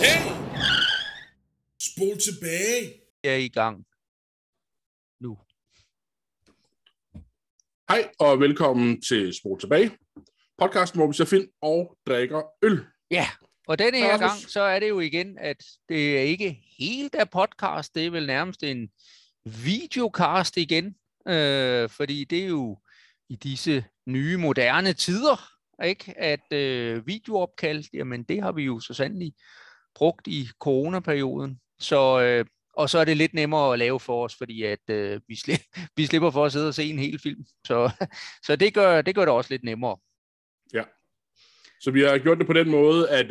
Hey! Spol tilbage! Jeg er i gang nu. Hej og velkommen til Spol tilbage. Podcasten, hvor vi ser film og drikker øl. Ja, og denne her gang, så er det jo igen, at det er ikke helt af podcast. Det er vel nærmest en videocast igen. Fordi det er jo i disse nye, moderne tider, ikke? At videoopkald, jamen det har vi jo så sandelig brugt i coronaperioden. Og så er det lidt nemmere at lave for os, fordi at vi slipper for at sidde og se en hel film. Så det gør det også lidt nemmere. Ja. Så vi har gjort det på den måde, at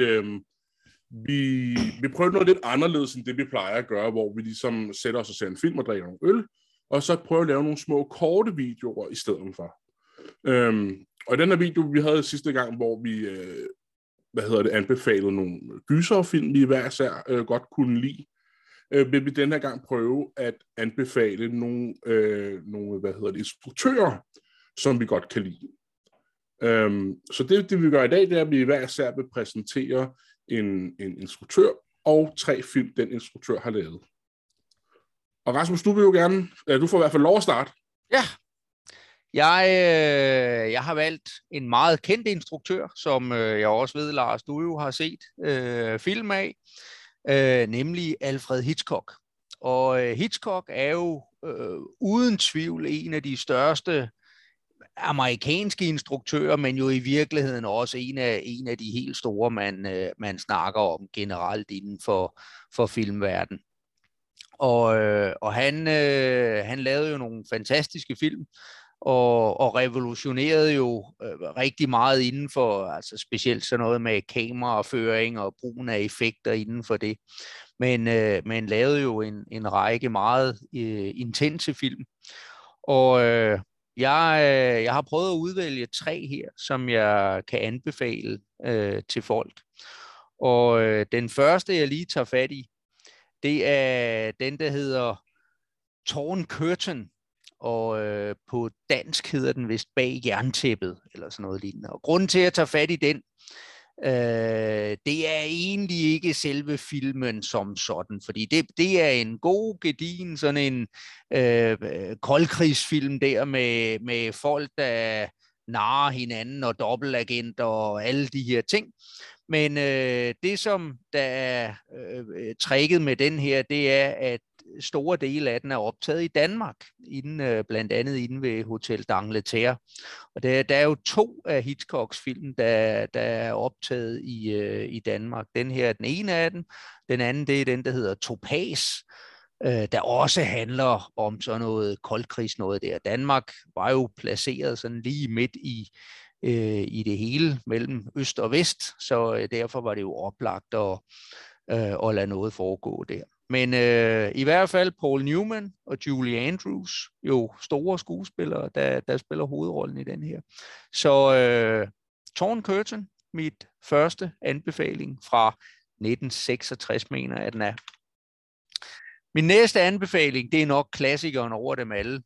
vi prøver noget lidt anderledes end det, vi plejer at gøre, hvor vi ligesom sætter os og ser en film og drikker nogle øl, og så prøver at lave nogle små, korte videoer i stedet for. Og i den her video, vi havde sidste gang, hvor vi anbefalede nogle gyserfilm, vi hver især godt kunne lide, vil vi den her gang prøve at anbefale nogle instruktører, som vi godt kan lide. Så det vi gør i dag, det er, at vi hver især vil præsentere en instruktør og 3 film, den instruktør har lavet. Og Rasmus, du vil jo gerne, du får i hvert fald lov at starte. Ja, jeg har valgt en meget kendt instruktør, som jeg også ved, Lars, du jo har set film af, nemlig Alfred Hitchcock. Og Hitchcock er jo uden tvivl en af de største amerikanske instruktører, men jo i virkeligheden også en af de helt store, man snakker om generelt inden for filmverden. Og han lavede jo nogle fantastiske film, og revolutionerede jo rigtig meget inden for, altså specielt sådan noget med kameraføring og brugen af effekter inden for det. Men lavede jo en række meget intense film. Og jeg har prøvet at udvælge 3 her, som jeg kan anbefale til folk. Og den første, jeg lige tager fat i, det er den, der hedder Torn Curtain. Og på dansk hedder den vist Bag jerntæppet, eller sådan noget lignende. Og grunden til at tage fat i den, det er egentlig ikke selve filmen som sådan, fordi det er en god, gedigen, sådan en koldkrigsfilm der med folk, der narrer hinanden og dobbeltagenter og alle de her ting. Men det, som der er tricket med den her, det er, at store dele af den er optaget i Danmark, blandt andet inde ved Hotel d'Angleterre. Og der er jo 2 af Hitchcocks film, der er optaget i Danmark. Den her er den ene af dem. Den anden, det er den, der hedder Topaz, der også handler om sådan noget koldkrigs noget der. Danmark var jo placeret sådan lige midt i det hele mellem øst og vest, så derfor var det jo oplagt at lade noget foregå der. Men i hvert fald Paul Newman og Julie Andrews, jo store skuespillere, der spiller hovedrollen i den her. Så Torn Curtain, mit første anbefaling fra 1966, mener jeg, den er. Min næste anbefaling, det er nok klassikeren over dem alle.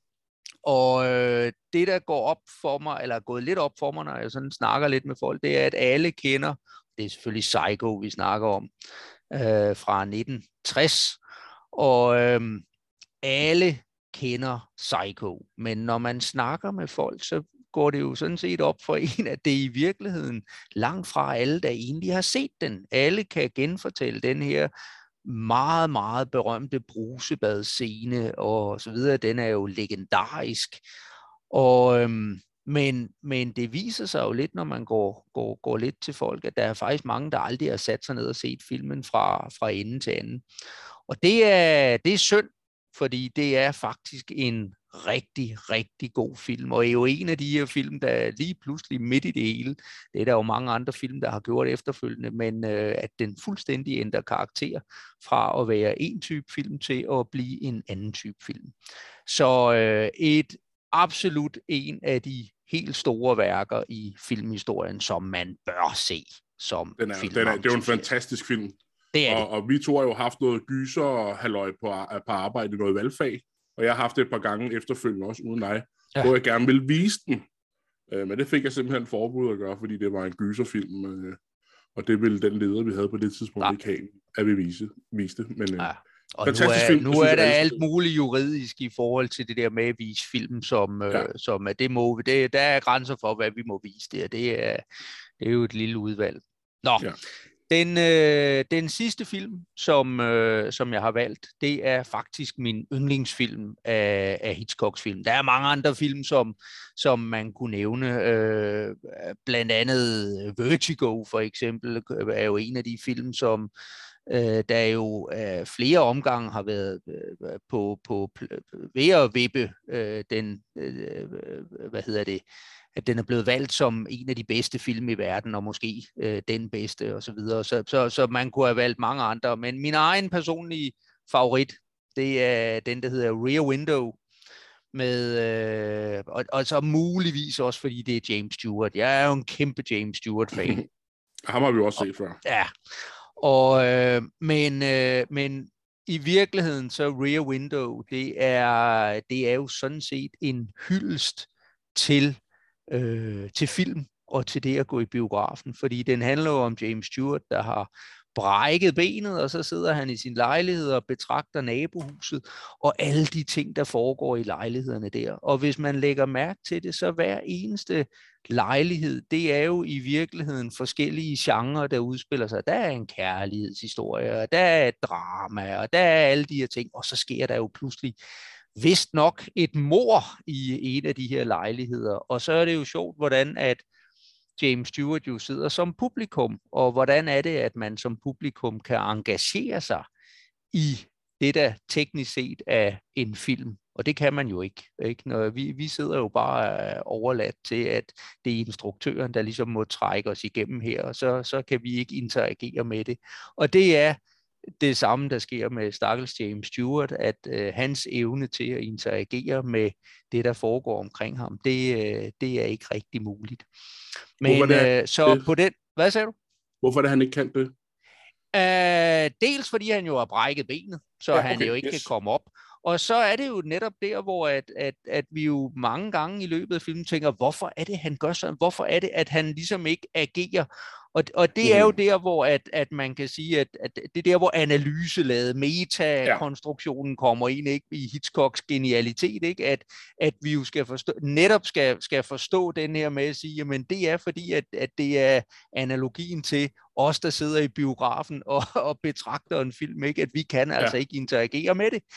Og det, der går op for mig, eller er gået lidt op for mig, når jeg sådan snakker lidt med folk, det er, at alle kender, det er selvfølgelig Psycho, vi snakker om, fra 1960, og alle kender Psycho, men når man snakker med folk, så går det jo sådan set op for en, at det i virkeligheden langt fra alle, der egentlig har set den. Alle kan genfortælle den her meget, meget berømte brusebadscene og så videre. Den er jo legendarisk. Og men det viser sig jo lidt, når man går lidt til folk, at der er faktisk mange, der aldrig har sat sig ned og set filmen fra ende til anden. Og det er synd, fordi det er faktisk en rigtig, rigtig god film, og er jo en af de her film, der er lige pludselig midt i det hele. Det er der jo mange andre film, der har gjort efterfølgende, men at den fuldstændig ændrer karakter fra at være en type film til at blive en anden type film. Så et absolut en af de helt store værker i filmhistorien, som man bør se som film. Det er jo en fantastisk film. Det er det. Og vi to har jo haft noget gyser og halløj på arbejde, noget valgfag, og jeg har haft det et par gange efterfølgende også uden dig, hvor jeg gerne ville vise den. Men det fik jeg simpelthen forbud at gøre, fordi det var en gyserfilm. Og det ville den leder, vi havde på det tidspunkt, ikke have, at vi viste. Men, ja. Og fantastisk film. Nu er der alt muligt juridisk i forhold til det der med at vise film, som der er grænser for, hvad vi må vise der. Det er jo et lille udvalg. Nå, den sidste film, som jeg har valgt, det er faktisk min yndlingsfilm af Hitchcocks film. Der er mange andre film, som man kunne nævne. Blandt andet Vertigo, for eksempel, er jo en af de film, som der jo flere omgange har været ved at vippe den, at den er blevet valgt som en af de bedste film i verden, og måske den bedste, og så videre. Så man kunne have valgt mange andre, men min egen personlige favorit, det er den, der hedder Rear Window, med, og så muligvis også, fordi det er James Stewart. Jeg er jo en kæmpe James Stewart-fan. Ham har vi også set før. Ja, men i virkeligheden så Rear Window, det er jo sådan set en hyldest til film og til det at gå i biografen, fordi den handler jo om James Stewart, der har brækket benet, og så sidder han i sin lejlighed og betragter nabohuset og alle de ting, der foregår i lejlighederne der. Og hvis man lægger mærke til det, så hver eneste lejlighed, det er jo i virkeligheden forskellige genrer, der udspiller sig. Der er en kærlighedshistorie, og der er et drama, og der er alle de her ting, og så sker der jo pludselig vist nok et mord i en af de her lejligheder. Og så er det jo sjovt, hvordan at James Stewart jo sidder som publikum, og hvordan er det, at man som publikum kan engagere sig i det, der teknisk set er en film. Og det kan man jo ikke. Når vi sidder jo bare overladt til, at det er instruktøren, der ligesom må trække os igennem her, og så kan vi ikke interagere med det. Og det er det samme, der sker med stakkels James Stewart, at hans evne til at interagere med det, der foregår omkring ham, det er ikke rigtig muligt. Men på den... Hvad sagde du? Hvorfor er det, han ikke kan det? Dels fordi han jo har brækket benet, så han jo ikke kan komme op. Og så er det jo netop der, hvor at vi jo mange gange i løbet af filmen tænker, hvorfor er det, han gør sådan? Hvorfor er det, at han ligesom ikke agerer? Og det er jo der, hvor at man kan sige, at det er der, hvor analyselaget, metakonstruktionen kommer ind, ikke, i Hitchcocks genialitet, ikke? At vi jo skal forstå den her med at sige, jamen det er fordi, at det er analogien til os, der sidder i biografen og betragter en film, ikke? At vi kan altså ikke interagere med det.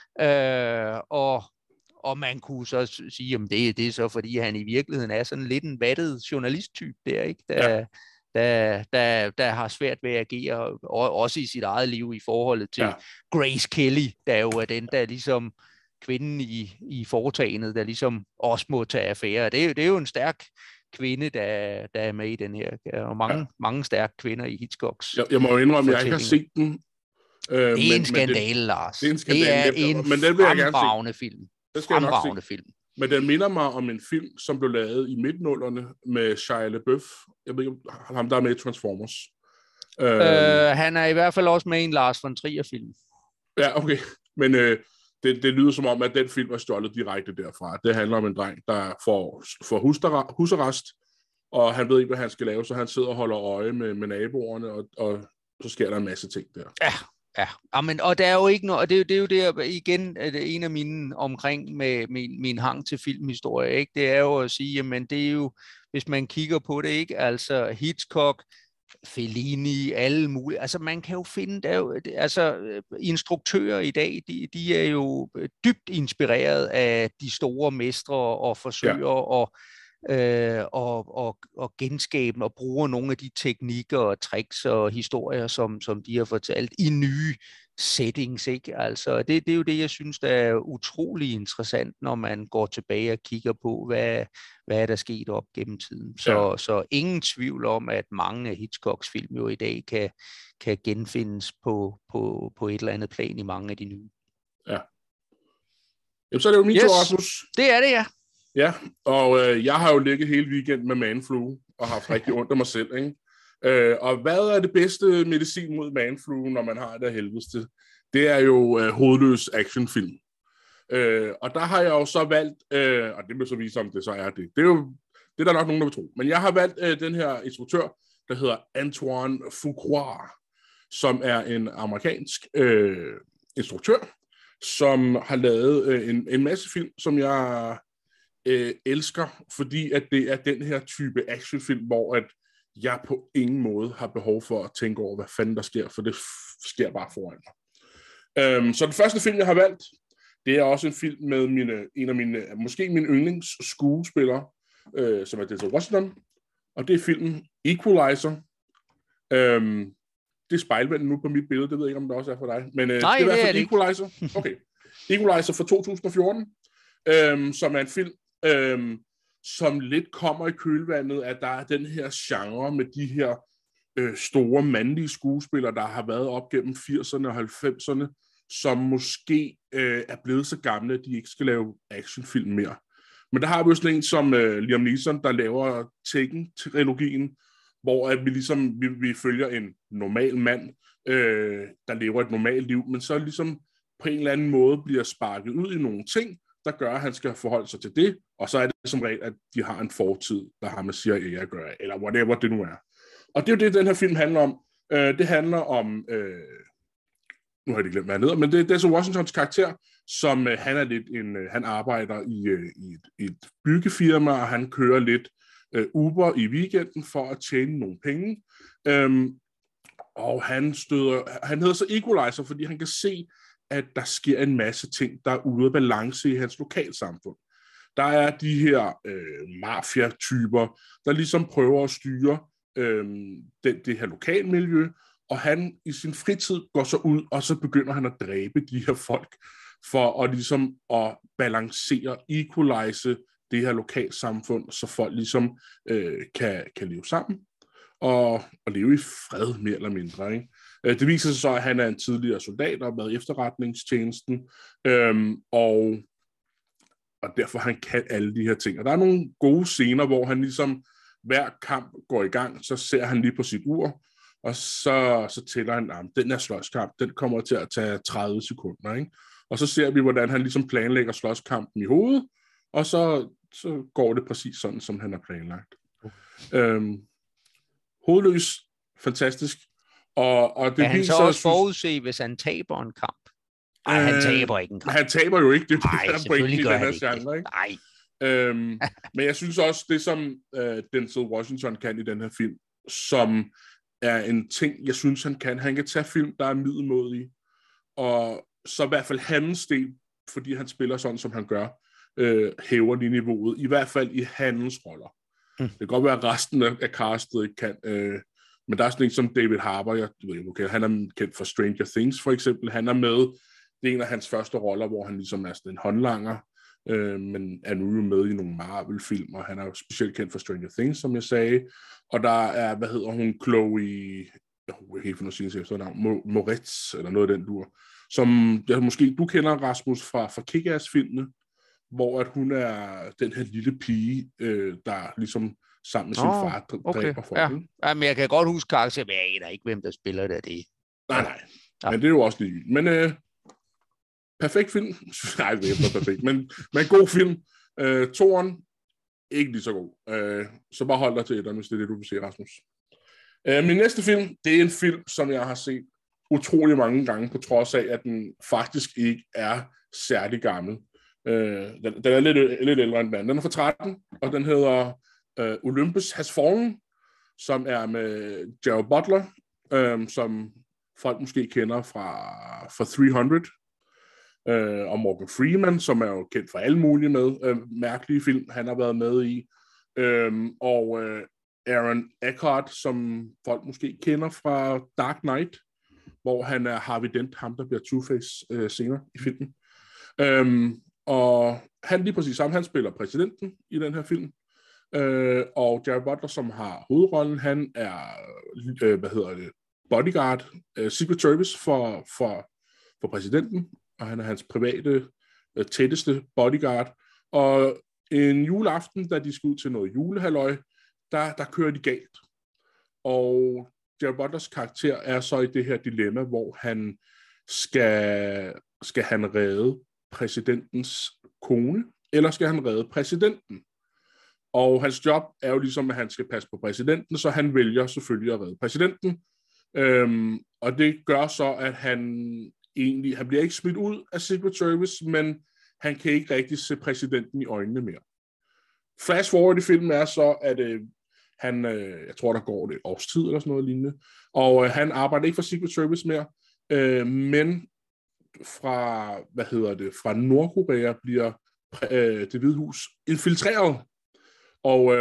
Og man kunne så sige, at det er så, fordi han i virkeligheden er sådan lidt en vattet journalisttype der, ikke? Der har svært ved at agere, også i sit eget liv i forholdet til Grace Kelly, der jo er den, der ligesom kvinden i foretagendet, der ligesom også må tage affære. Det er jo en stærk kvinde, der er med i den her, og mange stærke kvinder i Hitchcocks. Jeg må jo indrømme, at jeg ikke har set den. Det er en skandale, Lars. Det er en skandale. Det er en fremragende film. Det skal jeg nok se. Men den minder mig om en film, som blev lavet i midt-nullerne med Shia LaBeouf. Jeg ved ikke, om ham der er med i Transformers. Han er i hvert fald også med i en Lars von Trier-film. Ja, okay. Men det lyder som om, at den film er stjålet direkte derfra. Det handler om en dreng, der får husarrest, og han ved ikke, hvad han skal lave, så han sidder og holder øje med naboerne, og så sker der en masse ting der. Ja, amen, og der er jo ikke noget, og det er jo der igen, en af mine omkring med min hang til filmhistorie, ikke? Det er jo at sige, jamen det er jo, hvis man kigger på det, ikke? Altså Hitchcock, Fellini, alle mulige, altså man kan jo finde, der jo, altså instruktører i dag, de er jo dybt inspireret af de store mestre og forsøger og genskabe og bruger nogle af de teknikker og tricks og historier, som de har fortalt i nye settings, ikke? Altså, det er jo det, jeg synes, der er utrolig interessant, når man går tilbage og kigger på, hvad er der sket op gennem tiden. Så ingen tvivl om, at mange af Hitchcocks film jo i dag kan genfindes på et eller andet plan i mange af de nye. Ja. Jamen, så er det jo min tur, Rasmus. Det er det, ja. Ja, og jeg har jo ligget hele weekenden med manflu, og haft rigtig ondt af mig selv, ikke? Og hvad er det bedste medicin mod manflu, når man har det af helvedeste? Det er jo hovedløs actionfilm. Og der har jeg jo så valgt, og det vil så vise, om det så er det. Det er der nok nogen, der vil tro. Men jeg har valgt den her instruktør, der hedder Antoine Fuqua, som er en amerikansk instruktør, som har lavet en masse film, som jeg elsker, fordi at det er den her type actionfilm, hvor at jeg på ingen måde har behov for at tænke over, hvad fanden der sker, for det sker bare foran mig. Så den første film, jeg har valgt, det er også en film med en af mine yndlingsskuespillere, som er Denzel Washington, og det er filmen Equalizer. Det er spejlvenden nu på mit billede, det ved jeg ikke, om det også er for dig. Men nej, det er i hvert fald Equalizer. Okay. Equalizer fra 2014, som er en film, som lidt kommer i kølvandet, at der er den her genre med de her store mandlige skuespillere, der har været op gennem 80'erne og 90'erne, som måske er blevet så gamle, at de ikke skal lave actionfilm mere. Men der har vi jo sådan en som Liam Neeson, der laver Taken-trilogien, hvor at vi følger en normal mand, der lever et normalt liv, men så ligesom på en eller anden måde bliver sparket ud i nogle ting, der gør, at han skal forholde sig til det, og så er det som regel, at de har en fortid, der har med CIA at gøre, eller whatever det nu er. Og det er jo det, den her film handler om. Det handler om, nu har jeg glemt, hvad han hedder, men det er Denzel Washingtons karakter, som han arbejder i et byggefirma, og han kører lidt Uber i weekenden for at tjene nogle penge. Og han hedder så Equalizer, fordi han kan se, at der sker en masse ting, der er ude af balance i hans lokalsamfund. Der er de her mafia-typer, der ligesom prøver at styre det her lokalmiljø, og han i sin fritid går så ud, og så begynder han at dræbe de her folk, for at ligesom at balancere, equalize det her lokalsamfund, så folk ligesom kan leve sammen, og leve i fred, mere eller mindre, ikke? Det viser sig så, at han er en tidligere soldat, og har været i efterretningstjenesten, og derfor han kan alle de her ting. Og der er nogle gode scener, hvor han ligesom hver kamp går i gang, så ser han lige på sit ur, og så tæller han, at den her slåskamp, den kommer til at tage 30 sekunder, ikke? Og så ser vi, hvordan han ligesom planlægger slåskampen i hovedet, og så går det præcis sådan, som han har planlagt. Hovedløs, fantastisk. Og det kan han så også forudse, hvis han taber en kamp? Nej, han taber ikke en kamp. Han taber jo ikke, det er selvfølgelig gør han ikke genre, ikke? Nej. Men jeg synes også, det som Denzel Washington kan i den her film, som er en ting, jeg synes, han kan tage film, der er middelmådige, og så i hvert fald hans del, fordi han spiller sådan, som han gør, hæver lige niveauet, i hvert fald i hans roller. Det kan godt være, at resten af castet ikke kan, men der er sådan en som David Harbour, han er kendt for Stranger Things for eksempel, han er med, det er en af hans første roller, hvor han ligesom er sådan en håndlanger, men er nu med i nogle Marvel-film, og han er jo specielt kendt for Stranger Things, som jeg sagde, og der er, Chloe, jeg kan ikke finde at sige efternavn, Moretz, eller noget af den dur, som måske du kender, Rasmus, fra Kick-Ass-filmene, hvor at hun er den her lille pige, der ligesom sammen med sin far dræber folk. Ja, men jeg kan godt huske karakteren, men jeg aner ikke, hvem der spiller det. Nej. Ja. Men det er jo også lige. Men perfekt film. Nej, det er ikke perfekt, men god film. Toren, ikke lige så god. Så bare hold dig til etteren, hvis det er det, du vil se, Rasmus. Min næste film, det er en film, som jeg har set utrolig mange gange, på trods af, at den faktisk ikke er særlig gammel. Den er lidt ældre end den anden. Den er fra 13, og den hedder Olympus Has Fallen, som er med Gerald Butler, som folk måske kender fra 300, og Morgan Freeman, som er jo kendt for alle mulige mærkelige film, han har været med i, og Aaron Eckhart, som folk måske kender fra Dark Knight, hvor han er Harvey Dent, ham der bliver Two-Face senere i filmen. Og han lige præcis sammen, han spiller præsidenten i den her film, og Gerald Butler, som har hovedrollen, han er bodyguard, Secret Service for præsidenten, og han er hans private, tætteste bodyguard. Og en juleaften, da de skal ud til noget julehalløj, der kører de galt. Og Gerald Butlers karakter er så i det her dilemma, hvor han skal han redde præsidentens kone, eller skal han redde præsidenten? Og hans job er jo ligesom, at han skal passe på præsidenten, så han vælger selvfølgelig at redde præsidenten. Og det gør så, at han bliver ikke smidt ud af Secret Service, men han kan ikke rigtig se præsidenten i øjnene mere. Flash forward i filmen er så, at han, jeg tror, der går et års tid eller sådan noget lignende, og han arbejder ikke for Secret Service mere, men fra Nordkorea bliver Det Hvide Hus infiltreret, og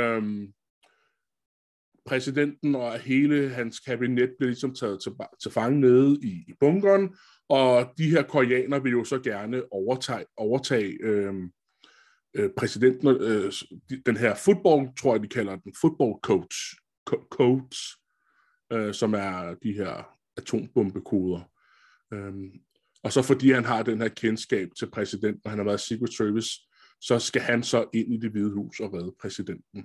præsidenten og hele hans kabinet bliver ligesom taget til fange nede i bunkeren, og de her koreanere vil jo så gerne overtage præsidenten, den her football, tror jeg de kalder den, football coach, som er de her atombombekoder. Og så fordi han har den her kendskab til præsidenten, og han har været Secret Service, så skal han så ind i Det Hvide Hus og redde præsidenten.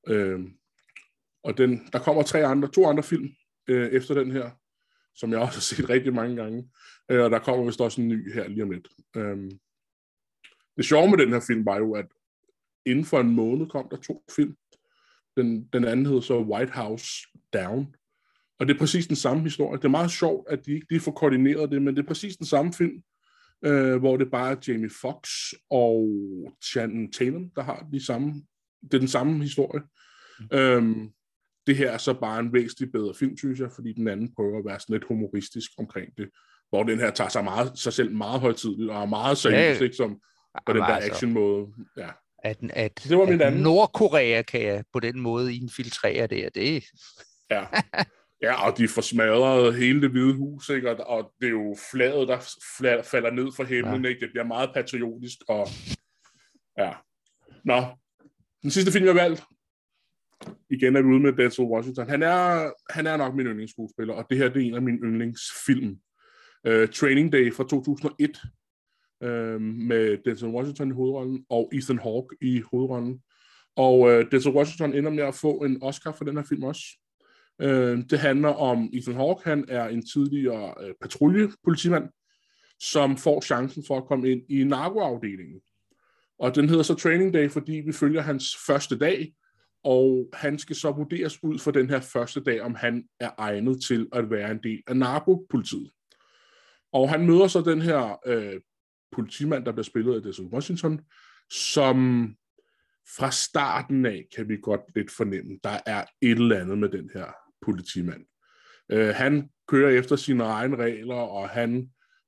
Og der kommer to andre film efter den her, som jeg også har set rigtig mange gange. Og der kommer vist også en ny her lige om lidt. Det sjove med den her film var jo, at inden for en måned kom der 2 film. Den anden hed så White House Down. Og det er præcis den samme historie. Det er meget sjovt, at de ikke lige får koordineret det, men det er præcis den samme film, hvor det bare er Jamie Foxx og Channing Tatum, der har det er den samme historie. Det her er så bare en væsentligt bedre film, synes jeg, fordi den anden prøver at være sådan lidt humoristisk omkring det, hvor den her tager sig selv meget højtideligt og er meget seriøst, ikke, som på den der action-måde. Ja. Det var min anden. Nordkorea kan på den måde infiltrere det. Ja. Ja, og de får smadret hele Det Hvide Hus, ikke? Og det er jo flaget, der falder ned fra himlen, ikke? Det bliver meget patriotisk, og ja. Nå, den sidste film, jeg har valgt, igen er vi ude med Denzel Washington. Han er nok min yndlingsskuespiller, og det her det er en af mine yndlingsfilm. Training Day fra 2001, med Denzel Washington i hovedrollen, og Ethan Hawke i hovedrollen. Og Denzel Washington ender med at få en Oscar for den her film også. Det handler om Ethan Hawke. Han er en tidligere patruljepolitimand, som får chancen for at komme ind i narkoafdelingen. Og den hedder så Training Day, fordi vi følger hans første dag, og han skal så vurderes ud for den her første dag, om han er egnet til at være en del af narkopolitiet. Og han møder så den her politimand, der bliver spillet af Denzel Washington, som fra starten af kan vi godt lidt fornemme, der er et eller andet med den her politimand. Han kører efter sine egne regler, og han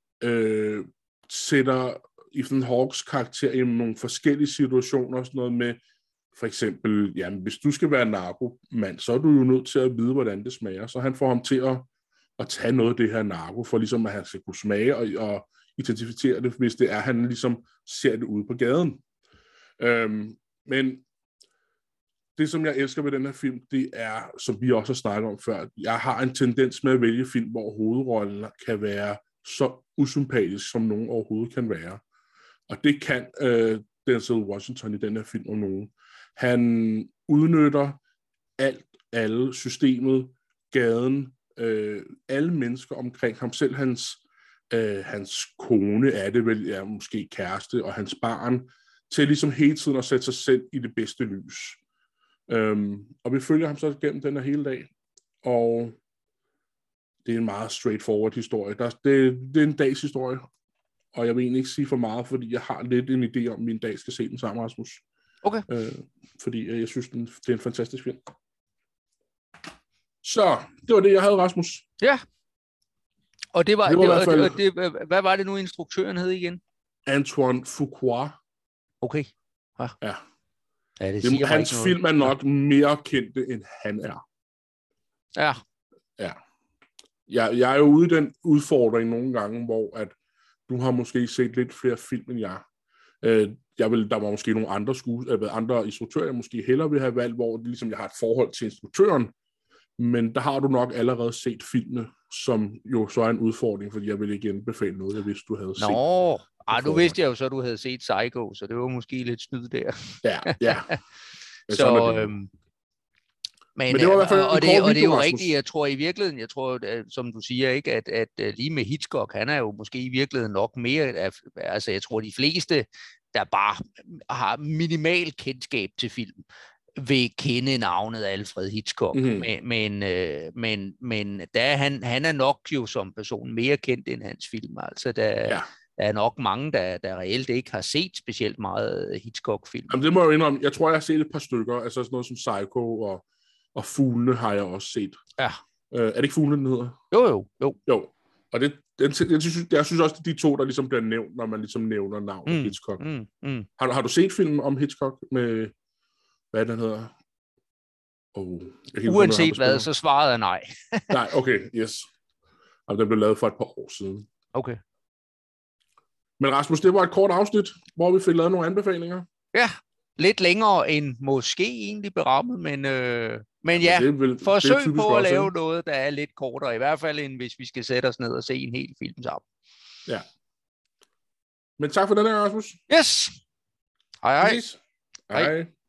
sætter Ethan Hawkes karakter i nogle forskellige situationer, sådan noget med, for eksempel, jamen, hvis du skal være narkomand, så er du jo nødt til at vide, hvordan det smager. Så han får ham til at tage noget af det her narko, for ligesom at han skal kunne smage og identificere det, hvis det er, han ligesom ser det ude på gaden. Men det, som jeg elsker ved den her film, det er, som vi også har snakket om før, jeg har en tendens med at vælge film, hvor hovedrollen kan være så usympatisk, som nogen overhovedet kan være. Og det kan Denzel Washington i den her film om nogen. Han udnytter alle systemet, gaden, alle mennesker omkring ham, selv hans kone er det vel, er måske kæreste, og hans barn, til ligesom hele tiden at sætte sig selv i det bedste lys. Og vi følger ham så gennem den her hele dag, og det er en meget straightforward historie. Det er en dags historie, og jeg vil egentlig ikke sige for meget, fordi jeg har lidt en idé om, at min dag skal se den sammen, Rasmus. Okay. Fordi jeg synes, det er en fantastisk film. Så, det var det, jeg havde, Rasmus. Ja. Og hvad var det nu, instruktøren hed igen? Antoine Fuqua. Okay. Ja. Hans film er nok mere kendte, end han er. Ja. Ja. Jeg er jo ude i den udfordring nogle gange, hvor at du har måske set lidt flere film, end jeg. Der var måske nogle andre instruktører, jeg måske hellere vil have valgt, hvor det, ligesom, jeg har et forhold til instruktøren, men der har du nok allerede set filmene, som jo så er en udfordring, fordi jeg vil ikke anbefale noget, hvis du havde set. Nu vidste jeg jo så, at du havde set Psycho, så det var måske lidt snyd der. Ja. Men det var i hvert fald og det er jo rigtigt, jeg tror, som du siger, ikke, at lige med Hitchcock, han er jo måske i virkeligheden nok mere, altså jeg tror, de fleste, der bare har minimal kendskab til film, vil kende navnet Alfred Hitchcock. Men der han er nok jo som person mere kendt end hans film. Altså, der er nok mange, der reelt ikke har set specielt meget Hitchcock-film. Jamen, det må jeg jo indrømme. Jeg tror, jeg har set et par stykker. Altså sådan noget som Psycho og Fuglene har jeg også set. Ja. Er det ikke Fuglene, den hedder? Jo. Og jeg synes også, det er de to, der ligesom bliver nævnt, når man ligesom nævner navnet Hitchcock. Har du set filmen om Hitchcock med, hvad den hedder? Uanset hvad, så svaret er nej. Nej, okay, yes. Altså, den blev lavet for et par år siden. Okay. Men Rasmus, det var et kort afsnit, hvor vi fik lavet nogle anbefalinger. Ja, lidt længere end måske egentlig berammet, men ja, forsøg på at lave noget, der er lidt kortere, i hvert fald end hvis vi skal sætte os ned og se en hel film sammen. Ja. Men tak for den her, Rasmus. Yes! Hej. Hej.